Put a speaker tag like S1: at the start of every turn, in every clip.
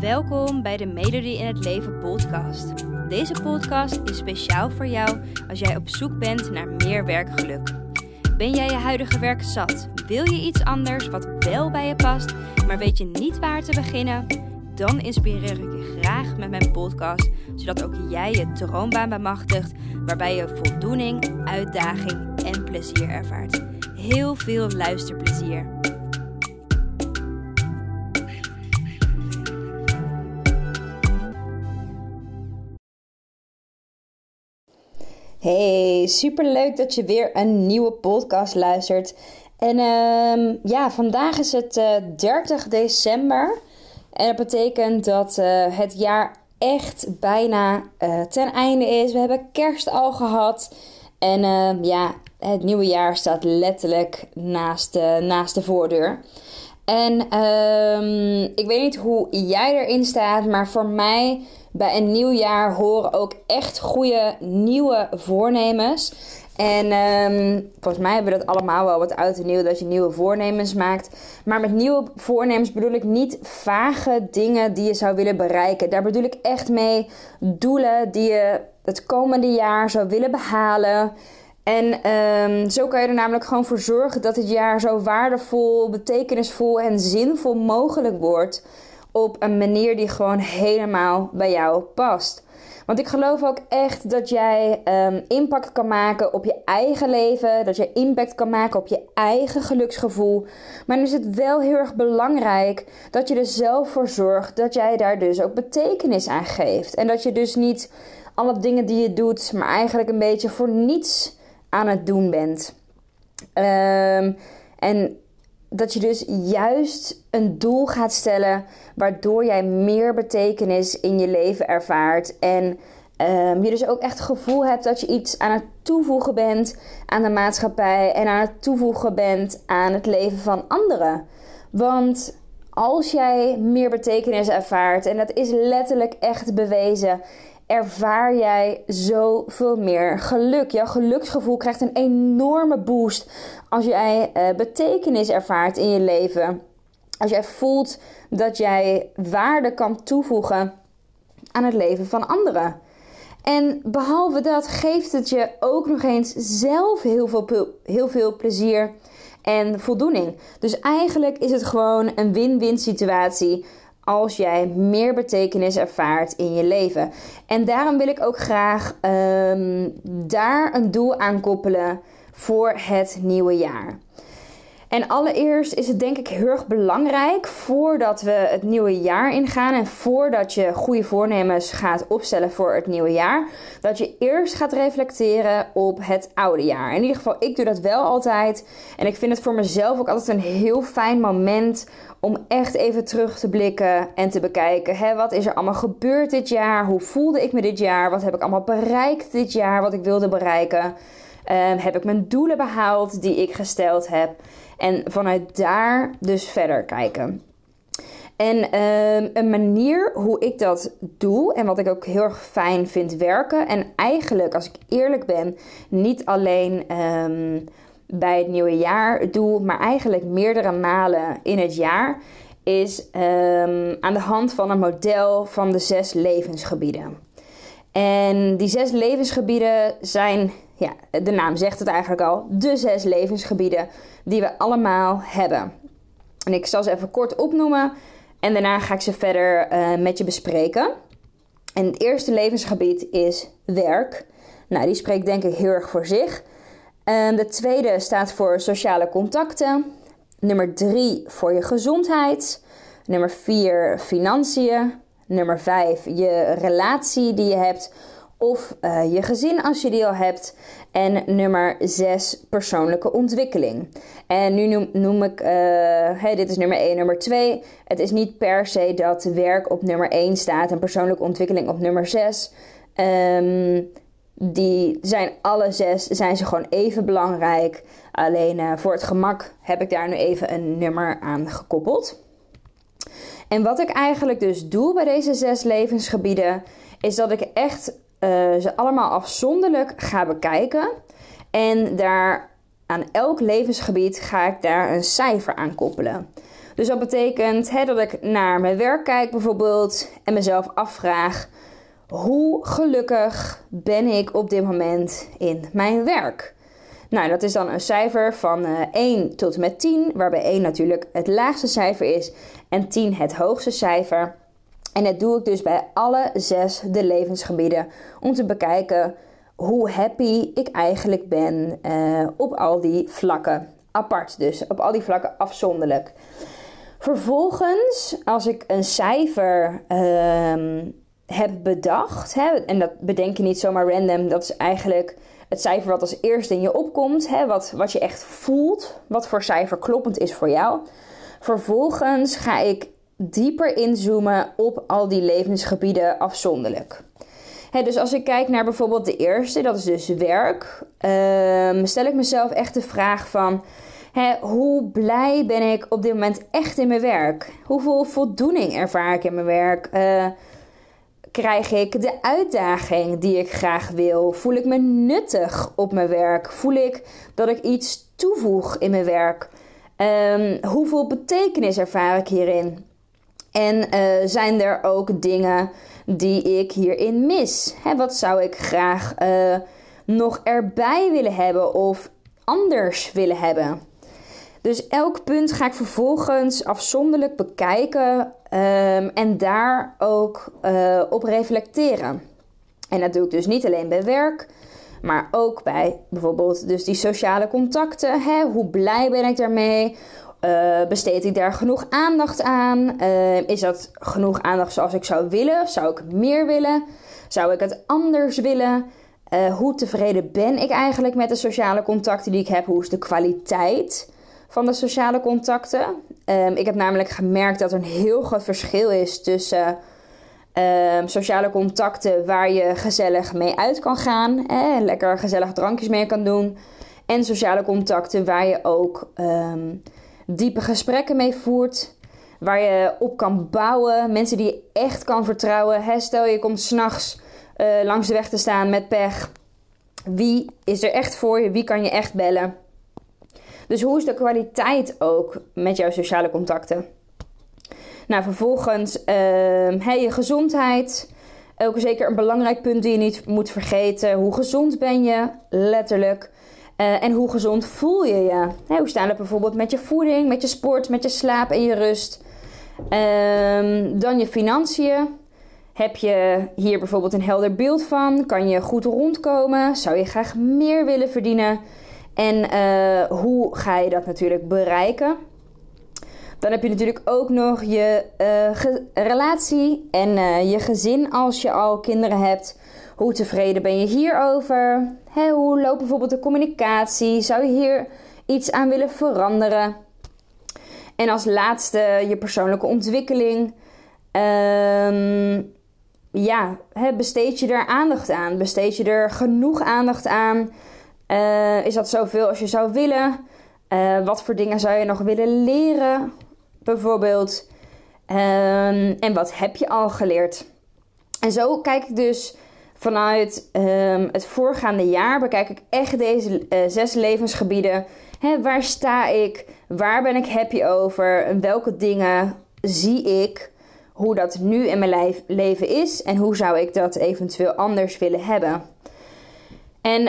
S1: Welkom bij de Melodie in het Leven podcast. Deze podcast is speciaal voor jou als jij op zoek bent naar meer werkgeluk. Ben jij je huidige werk zat? Wil je iets anders wat wel bij je past, maar weet je niet waar te beginnen? Dan inspireer ik je graag met mijn podcast, zodat ook jij je droombaan bemachtigt, waarbij je voldoening, uitdaging en plezier ervaart. Heel veel luisterplezier. Hey, superleuk dat je weer een nieuwe podcast luistert. En vandaag is het 30 december. En dat betekent dat het jaar echt bijna ten einde is. We hebben kerst al gehad. En het nieuwe jaar staat letterlijk naast de voordeur. En ik weet niet hoe jij erin staat, maar voor mij bij een nieuw jaar horen ook echt goede nieuwe voornemens. En volgens mij hebben we dat allemaal wel wat oud en nieuw, dat je nieuwe voornemens maakt. Maar met nieuwe voornemens bedoel ik niet vage dingen die je zou willen bereiken. Daar bedoel ik echt mee doelen die je het komende jaar zou willen behalen. En zo kan je er namelijk gewoon voor zorgen dat het jaar zo waardevol, betekenisvol en zinvol mogelijk wordt. Op een manier die gewoon helemaal bij jou past. Want ik geloof ook echt dat jij impact kan maken op je eigen leven. Dat je impact kan maken op je eigen geluksgevoel. Maar dan is het wel heel erg belangrijk dat je er zelf voor zorgt dat jij daar dus ook betekenis aan geeft. En dat je dus niet alle dingen die je doet, maar eigenlijk een beetje voor niets aan het doen bent. En dat je dus juist een doel gaat stellen waardoor jij meer betekenis in je leven ervaart. En je dus ook echt het gevoel hebt dat je iets aan het toevoegen bent aan de maatschappij en aan het toevoegen bent aan het leven van anderen. Want als jij meer betekenis ervaart, en dat is letterlijk echt bewezen, ervaar jij zoveel meer geluk. Jouw geluksgevoel krijgt een enorme boost als jij betekenis ervaart in je leven. Als jij voelt dat jij waarde kan toevoegen aan het leven van anderen. En behalve dat geeft het je ook nog eens zelf heel veel plezier en voldoening. Dus eigenlijk is het gewoon een win-win situatie als jij meer betekenis ervaart in je leven. En daarom wil ik ook graag daar een doel aan koppelen voor het nieuwe jaar. En allereerst is het denk ik heel erg belangrijk, voordat we het nieuwe jaar ingaan en voordat je goede voornemens gaat opstellen voor het nieuwe jaar, dat je eerst gaat reflecteren op het oude jaar. In ieder geval, ik doe dat wel altijd. En ik vind het voor mezelf ook altijd een heel fijn moment om echt even terug te blikken en te bekijken. Wat is er allemaal gebeurd dit jaar? Hoe voelde ik me dit jaar? Wat heb ik allemaal bereikt dit jaar wat ik wilde bereiken? Heb ik mijn doelen behaald die ik gesteld heb? En vanuit daar dus verder kijken. En een manier hoe ik dat doe en wat ik ook heel erg fijn vind werken. En eigenlijk, als ik eerlijk ben, niet alleen bij het nieuwe jaar doe, maar eigenlijk meerdere malen in het jaar, is aan de hand van een model van de 6 levensgebieden. En die 6 levensgebieden zijn, de naam zegt het eigenlijk al, de 6 levensgebieden die we allemaal hebben. En ik zal ze even kort opnoemen en daarna ga ik ze verder met je bespreken. En het eerste levensgebied is werk. Nou, die spreekt denk ik heel erg voor zich. De tweede staat voor sociale contacten. Nummer 3 voor je gezondheid. Nummer 4 financiën. Nummer 5 je relatie die je hebt. Of je gezin als je die al hebt. En nummer 6 persoonlijke ontwikkeling. En nu noem ik, dit is nummer 1, nummer 2. Het is niet per se dat werk op nummer 1 staat en persoonlijke ontwikkeling op nummer 6. Die zijn alle 6 zijn ze gewoon even belangrijk. Alleen voor het gemak heb ik daar nu even een nummer aan gekoppeld. En wat ik eigenlijk dus doe bij deze 6 levensgebieden, is dat ik echt ze allemaal afzonderlijk ga bekijken. En daar aan elk levensgebied ga ik daar een cijfer aan koppelen. Dus dat betekent dat ik naar mijn werk kijk bijvoorbeeld en mezelf afvraag: hoe gelukkig ben ik op dit moment in mijn werk? Nou, dat is dan een cijfer van 1 tot en met 10, waarbij 1 natuurlijk het laagste cijfer is en 10 het hoogste cijfer. En dat doe ik dus bij alle 6 de levensgebieden om te bekijken hoe happy ik eigenlijk ben op al die vlakken. Apart dus, op al die vlakken afzonderlijk. Vervolgens, als ik een cijfer heb bedacht, en dat bedenk je niet zomaar random, dat is eigenlijk het cijfer wat als eerste in je opkomt, wat je echt voelt, wat voor cijfer kloppend is voor jou. Vervolgens ga ik dieper inzoomen op al die levensgebieden afzonderlijk. Dus als ik kijk naar bijvoorbeeld de eerste, dat is dus werk, stel ik mezelf echt de vraag van: hoe blij ben ik op dit moment echt in mijn werk? Hoeveel voldoening ervaar ik in mijn werk? Krijg ik de uitdaging die ik graag wil? Voel ik me nuttig op mijn werk? Voel ik dat ik iets toevoeg in mijn werk? Hoeveel betekenis ervaar ik hierin? En zijn er ook dingen die ik hierin mis? Wat zou ik graag nog erbij willen hebben of anders willen hebben? Dus elk punt ga ik vervolgens afzonderlijk bekijken en daar ook op reflecteren. En dat doe ik dus niet alleen bij werk, maar ook bij bijvoorbeeld dus die sociale contacten. Hoe blij ben ik daarmee? Besteed ik daar genoeg aandacht aan? Is dat genoeg aandacht zoals ik zou willen? Zou ik meer willen? Zou ik het anders willen? Hoe tevreden ben ik eigenlijk met de sociale contacten die ik heb? Hoe is de kwaliteit van de sociale contacten? Ik heb namelijk gemerkt dat er een heel groot verschil is tussen sociale contacten waar je gezellig mee uit kan gaan. Lekker gezellig drankjes mee kan doen. En sociale contacten waar je ook diepe gesprekken mee voert. Waar je op kan bouwen. Mensen die je echt kan vertrouwen. Stel je komt 's nachts langs de weg te staan met pech. Wie is er echt voor je? Wie kan je echt bellen? Dus hoe is de kwaliteit ook met jouw sociale contacten? Nou, vervolgens je gezondheid. Ook zeker een belangrijk punt die je niet moet vergeten. Hoe gezond ben je? Letterlijk. En hoe gezond voel je je? Hoe staan het bijvoorbeeld met je voeding, met je sport, met je slaap en je rust? Dan je financiën. Heb je hier bijvoorbeeld een helder beeld van? Kan je goed rondkomen? Zou je graag meer willen verdienen? En hoe ga je dat natuurlijk bereiken? Dan heb je natuurlijk ook nog je relatie en je gezin als je al kinderen hebt. Hoe tevreden ben je hierover? Hoe loopt bijvoorbeeld de communicatie? Zou je hier iets aan willen veranderen? En als laatste je persoonlijke ontwikkeling. Besteed je daar aandacht aan? Besteed je er genoeg aandacht aan? Is dat zoveel als je zou willen? Wat voor dingen zou je nog willen leren? Bijvoorbeeld. En wat heb je al geleerd? En zo kijk ik dus vanuit het voorgaande jaar. Bekijk ik echt deze 6 levensgebieden. Waar sta ik? Waar ben ik happy over? En welke dingen zie ik? Hoe dat nu in mijn leven is. En hoe zou ik dat eventueel anders willen hebben? En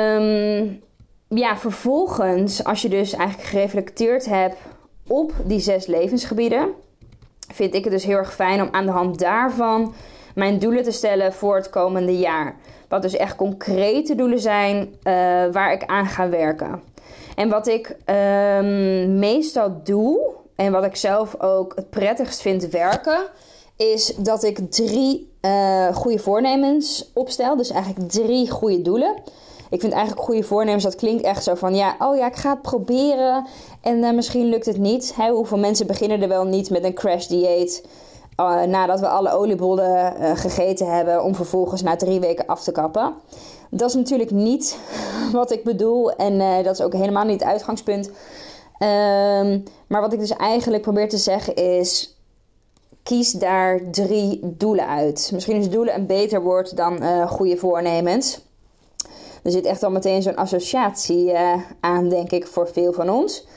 S1: vervolgens, als je dus eigenlijk gereflecteerd hebt op die 6 levensgebieden, vind ik het dus heel erg fijn om aan de hand daarvan mijn doelen te stellen voor het komende jaar. Wat dus echt concrete doelen zijn waar ik aan ga werken. En wat ik meestal doe, en wat ik zelf ook het prettigst vind werken, is dat ik 3 goede voornemens opstel. Dus eigenlijk 3 goede doelen. Ik vind eigenlijk goede voornemens, dat klinkt echt zo van ik ga het proberen en misschien lukt het niet. Hoeveel mensen beginnen er wel niet met een crash dieet nadat we alle oliebollen gegeten hebben om vervolgens na 3 weken af te kappen. Dat is natuurlijk niet wat ik bedoel en dat is ook helemaal niet het uitgangspunt. Maar wat ik dus eigenlijk probeer te zeggen is, kies daar 3 doelen uit. Misschien is doelen een beter woord dan goede voornemens. Er zit echt al meteen zo'n associatie aan, denk ik, voor veel van ons.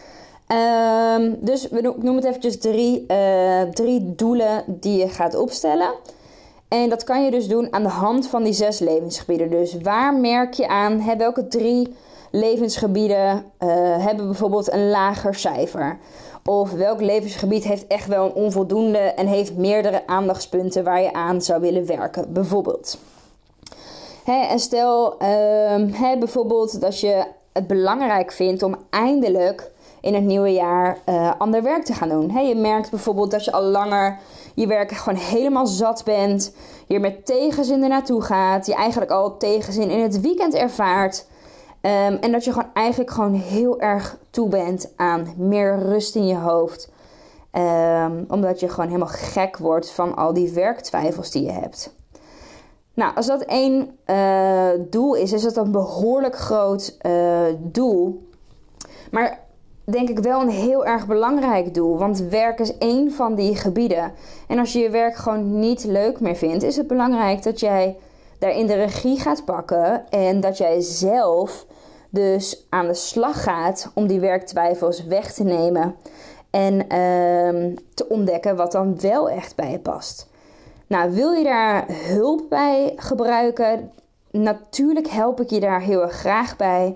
S1: Dus ik noem het eventjes drie doelen die je gaat opstellen. En dat kan je dus doen aan de hand van die 6 levensgebieden. Dus waar merk je aan, welke 3 levensgebieden hebben bijvoorbeeld een lager cijfer? Of welk levensgebied heeft echt wel een onvoldoende en heeft meerdere aandachtspunten waar je aan zou willen werken, bijvoorbeeld. En stel bijvoorbeeld dat je het belangrijk vindt om eindelijk in het nieuwe jaar ander werk te gaan doen. Je merkt bijvoorbeeld dat je al langer je werk gewoon helemaal zat bent. Je er met tegenzin ernaartoe gaat. Je eigenlijk al tegenzin in het weekend ervaart. En dat je gewoon eigenlijk gewoon heel erg toe bent aan meer rust in je hoofd. Omdat je gewoon helemaal gek wordt van al die werktwijfels die je hebt. Nou, als dat 1 doel is dat een behoorlijk groot doel. Maar denk ik wel een heel erg belangrijk doel. Want werk is 1 van die gebieden. En als je je werk gewoon niet leuk meer vindt, is het belangrijk dat jij daarin de regie gaat pakken. En dat jij zelf dus aan de slag gaat om die werktwijfels weg te nemen. En te ontdekken wat dan wel echt bij je past. Nou, wil je daar hulp bij gebruiken? Natuurlijk help ik je daar heel erg graag bij.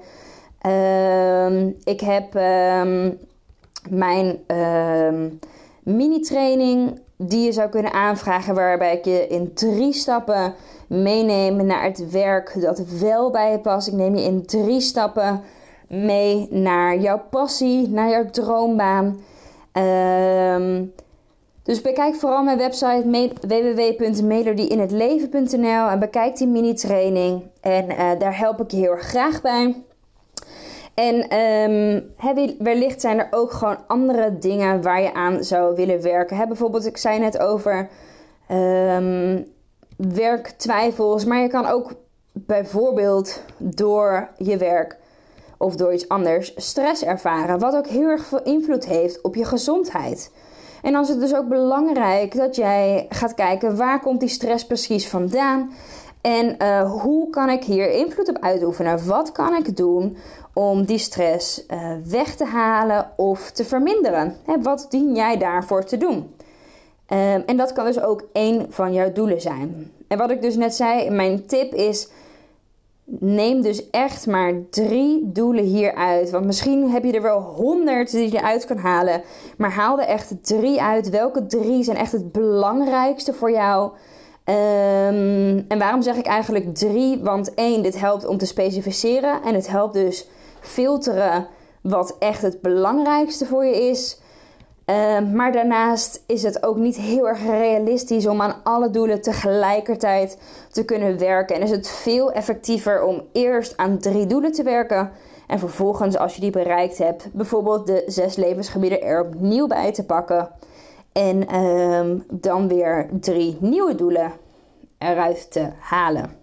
S1: Ik heb mijn mini-training die je zou kunnen aanvragen, waarbij ik je in 3 stappen meeneem naar het werk dat wel bij je past. Ik neem je in 3 stappen mee naar jouw passie, naar jouw droombaan. Dus bekijk vooral mijn website www.melodieinhetleven.nl en bekijk die mini-training. En daar help ik je heel erg graag bij. En wellicht zijn er ook gewoon andere dingen waar je aan zou willen werken. Bijvoorbeeld, ik zei net over werktwijfels. Maar je kan ook bijvoorbeeld door je werk of door iets anders stress ervaren. Wat ook heel erg veel invloed heeft op je gezondheid. En dan is het dus ook belangrijk dat jij gaat kijken, waar komt die stress precies vandaan? En hoe kan ik hier invloed op uitoefenen? Wat kan ik doen om die stress weg te halen of te verminderen? Wat dien jij daarvoor te doen? En dat kan dus ook 1 van jouw doelen zijn. En wat ik dus net zei, mijn tip is, neem dus echt maar 3 doelen hieruit. Want misschien heb je er wel 100 die je uit kan halen. Maar haal er echt 3 uit. Welke 3 zijn echt het belangrijkste voor jou? En waarom zeg ik eigenlijk 3? Want 1, dit helpt om te specificeren. En het helpt dus filteren wat echt het belangrijkste voor je is. Maar daarnaast is het ook niet heel erg realistisch om aan alle doelen tegelijkertijd te kunnen werken. En is het veel effectiever om eerst aan 3 doelen te werken. En vervolgens, als je die bereikt hebt, bijvoorbeeld de 6 levensgebieden er opnieuw bij te pakken. En dan weer 3 nieuwe doelen eruit te halen.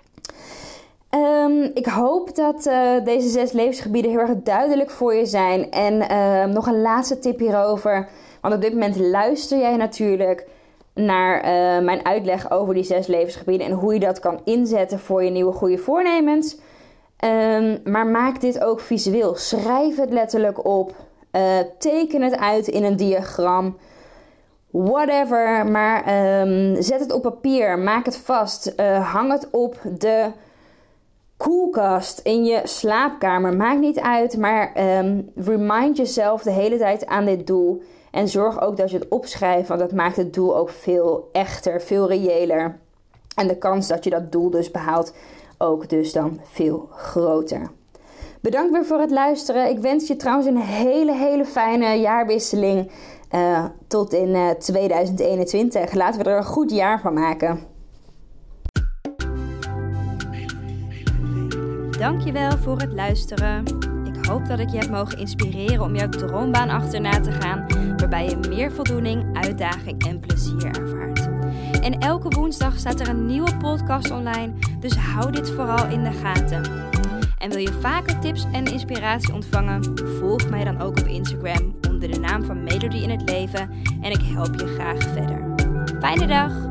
S1: Ik hoop dat deze 6 levensgebieden heel erg duidelijk voor je zijn. En nog een laatste tip hierover. Want op dit moment luister jij natuurlijk naar mijn uitleg over die 6 levensgebieden. En hoe je dat kan inzetten voor je nieuwe goede voornemens. Maar maak dit ook visueel. Schrijf het letterlijk op. Teken het uit in een diagram. Whatever. Maar zet het op papier. Maak het vast. Hang het op de koelkast in je slaapkamer. Maakt niet uit. Maar remind jezelf de hele tijd aan dit doel. En zorg ook dat je het opschrijft. Want dat maakt het doel ook veel echter. Veel reëler. En de kans dat je dat doel dus behaalt ook dus dan veel groter. Bedankt weer voor het luisteren. Ik wens je trouwens een hele fijne jaarwisseling. Tot in 2021. Laten we er een goed jaar van maken.
S2: Dankjewel voor het luisteren. Ik hoop dat ik je heb mogen inspireren om jouw droombaan achterna te gaan, waarbij je meer voldoening, uitdaging en plezier ervaart. En elke woensdag staat er een nieuwe podcast online, dus hou dit vooral in de gaten. En wil je vaker tips en inspiratie ontvangen? Volg mij dan ook op Instagram onder de naam van Melodie in het Leven en ik help je graag verder. Fijne dag!